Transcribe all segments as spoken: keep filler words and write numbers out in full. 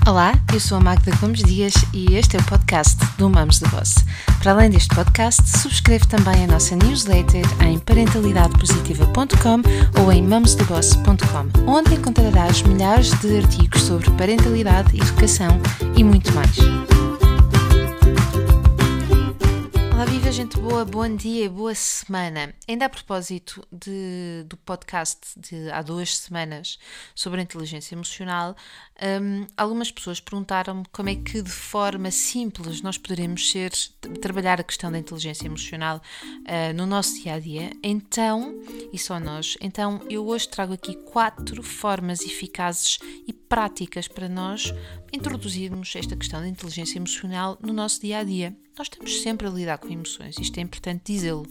Olá, eu sou a Magda Gomes Dias e este é o podcast do Moms the Boss. Para além deste podcast, subscreve também a nossa newsletter em parentalidade positiva ponto com ou em moms the boss ponto com, onde encontrarás milhares de artigos sobre parentalidade, educação e muito mais. Olá, viva gente boa, bom dia, boa semana. Ainda a propósito de, do podcast de há duas semanas sobre a inteligência emocional, um, algumas pessoas perguntaram-me como é que de forma simples nós poderemos ser, trabalhar a questão da inteligência emocional uh, no nosso dia-a-dia. Então, e só nós, então eu hoje trago aqui quatro formas eficazes e práticas para nós introduzirmos esta questão da inteligência emocional no nosso dia-a-dia. Nós estamos sempre a lidar com emoções, isto é importante dizê-lo.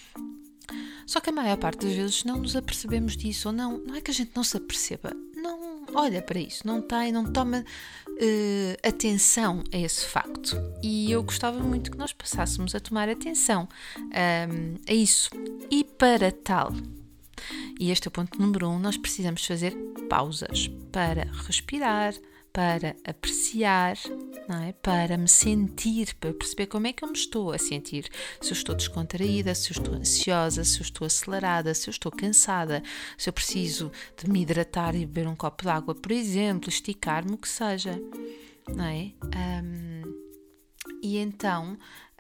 Só que a maior parte das vezes não nos apercebemos disso, ou não, não é que a gente não se aperceba, não olha para isso, não tem, não toma uh, atenção a esse facto. E eu gostava muito que nós passássemos a tomar atenção um, a isso. E para tal, e este é o ponto número um, nós precisamos fazer pausas para respirar, para apreciar, não é? Para me sentir, para perceber como é que eu me estou a sentir. Se eu estou descontraída, se eu estou ansiosa, se eu estou acelerada, se eu estou cansada, se eu preciso de me hidratar e beber um copo de água, por exemplo, esticar-me, o que seja. Não é? Um, e então...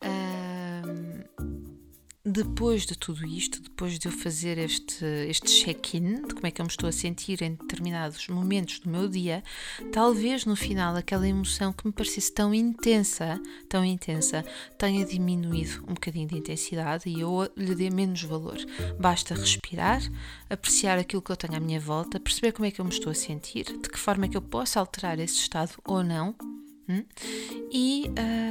Um, Depois de tudo isto, depois de eu fazer este, este check-in de como é que eu me estou a sentir em determinados momentos do meu dia, talvez no final aquela emoção que me parecesse tão intensa, tão intensa, tenha diminuído um bocadinho de intensidade e eu lhe dê menos valor. Basta respirar, apreciar aquilo que eu tenho à minha volta, perceber como é que eu me estou a sentir, de que forma é que eu posso alterar esse estado ou não, hum? e,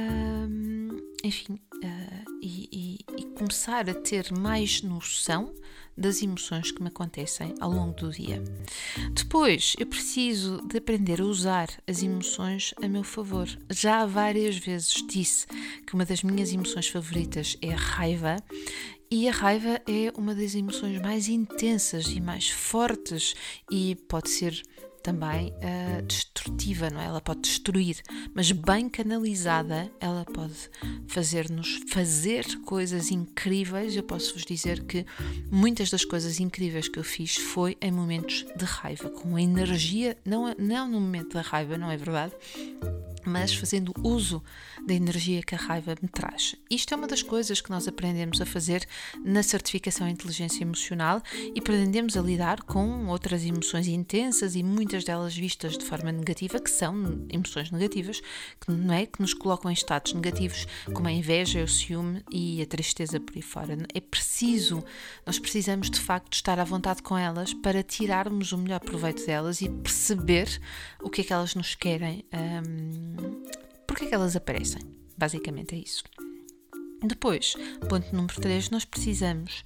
uh, enfim... Uh, e, e, e começar a ter mais noção das emoções que me acontecem ao longo do dia. Depois, eu preciso de aprender a usar as emoções a meu favor. Já várias vezes disse que uma das minhas emoções favoritas é a raiva, e a raiva é uma das emoções mais intensas e mais fortes e pode ser também uh, destrutiva, não é? Ela pode destruir, mas bem canalizada, ela pode fazer-nos fazer coisas incríveis. Eu posso vos dizer que muitas das coisas incríveis que eu fiz foi em momentos de raiva, com energia, não, não no momento da raiva, não é verdade? Mas fazendo uso da energia que a raiva me traz. Isto é uma das coisas que nós aprendemos a fazer na certificação em inteligência emocional e aprendemos a lidar com outras emoções intensas e muitas delas vistas de forma negativa, que são emoções negativas, que, não é? Que nos colocam em estados negativos, como a inveja, o ciúme e a tristeza por aí fora. É preciso, nós precisamos de facto estar à vontade com elas para tirarmos o melhor proveito delas e perceber o que é que elas nos querem. Hum, Porque é que elas aparecem? Basicamente é isso. Depois, ponto número três, nós precisamos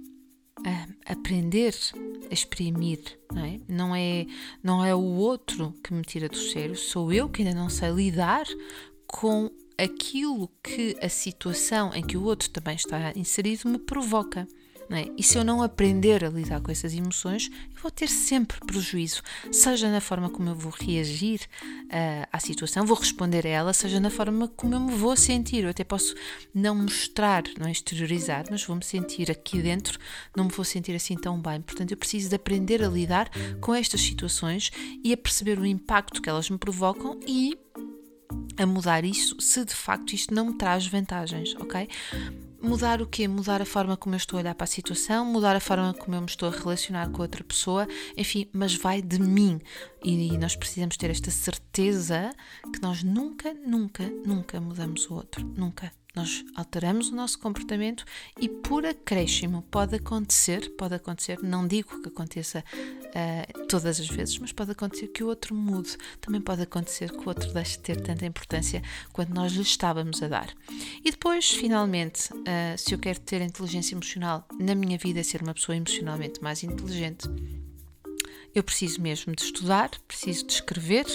uh, aprender a exprimir, não é? Não é, não é o outro que me tira do sério, sou eu que ainda não sei lidar com aquilo que a situação em que o outro também está inserido me provoca. Não é? E se eu não aprender a lidar com essas emoções, eu vou ter sempre prejuízo, seja na forma como eu vou reagir uh, à situação, vou responder a ela, seja na forma como eu me vou sentir. Eu até posso não mostrar, não exteriorizar, mas vou-me sentir aqui dentro, não me vou sentir assim tão bem. Portanto, eu preciso de aprender a lidar com estas situações e a perceber o impacto que elas me provocam e a mudar isso, se de facto isto não me traz vantagens, ok? Mudar o quê? Mudar a forma como eu estou a olhar para a situação, mudar a forma como eu me estou a relacionar com outra pessoa, enfim, mas vai de mim. E nós precisamos ter esta certeza que nós nunca, nunca, nunca mudamos o outro. Nunca. Nós alteramos o nosso comportamento e por acréscimo pode acontecer, pode acontecer, não digo que aconteça uh, todas as vezes, mas pode acontecer que o outro mude. Também pode acontecer que o outro deixe de ter tanta importância quanto nós lhe estávamos a dar. E depois, finalmente, uh, se eu quero ter inteligência emocional na minha vida, ser uma pessoa emocionalmente mais inteligente, eu preciso mesmo de estudar, preciso de escrever,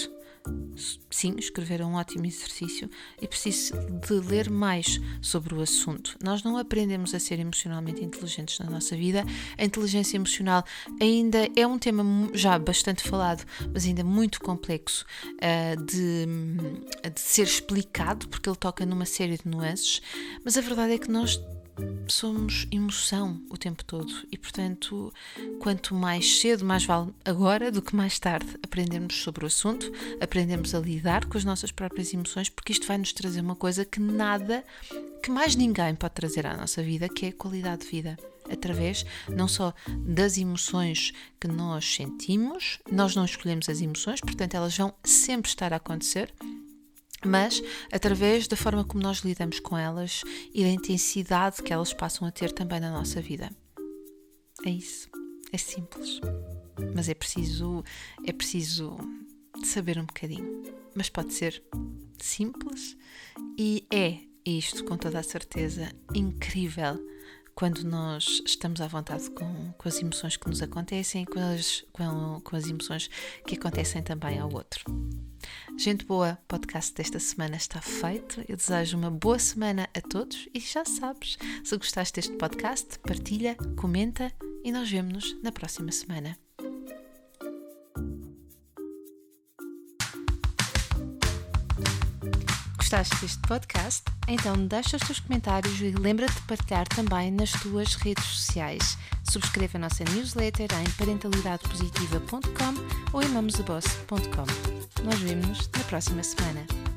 Sim, escrever é um ótimo exercício e preciso de ler mais sobre o assunto. Nós não aprendemos a ser emocionalmente inteligentes na nossa vida. A inteligência emocional ainda é um tema já bastante falado, mas ainda muito complexo uh, de, de ser explicado, porque ele toca numa série de nuances, mas a verdade é que nós somos emoção o tempo todo e, portanto, quanto mais cedo, mais vale agora do que mais tarde aprendermos sobre o assunto, aprendemos a lidar com as nossas próprias emoções, porque isto vai nos trazer uma coisa que nada, que mais ninguém pode trazer à nossa vida, que é a qualidade de vida. Através não só das emoções que nós sentimos, nós não escolhemos as emoções, portanto elas vão sempre estar a acontecer, mas através da forma como nós lidamos com elas e da intensidade que elas passam a ter também na nossa vida. É isso. É simples. Mas é preciso, é preciso saber um bocadinho. Mas pode ser simples e é isto, com toda a certeza, incrível quando nós estamos à vontade com, com as emoções que nos acontecem, com as, com, com as emoções que acontecem também ao outro. Gente boa, o podcast desta semana está feito. Eu desejo uma boa semana a todos e já sabes, se gostaste deste podcast, partilha, comenta e nós vemo-nos na próxima semana. Gostaste deste podcast? Então deixa os teus comentários e lembra-te de partilhar também nas tuas redes sociais. Subscreve a nossa newsletter em parentalidade positiva ponto com ou em mamosaboss ponto com. Nós vemo-nos na próxima semana.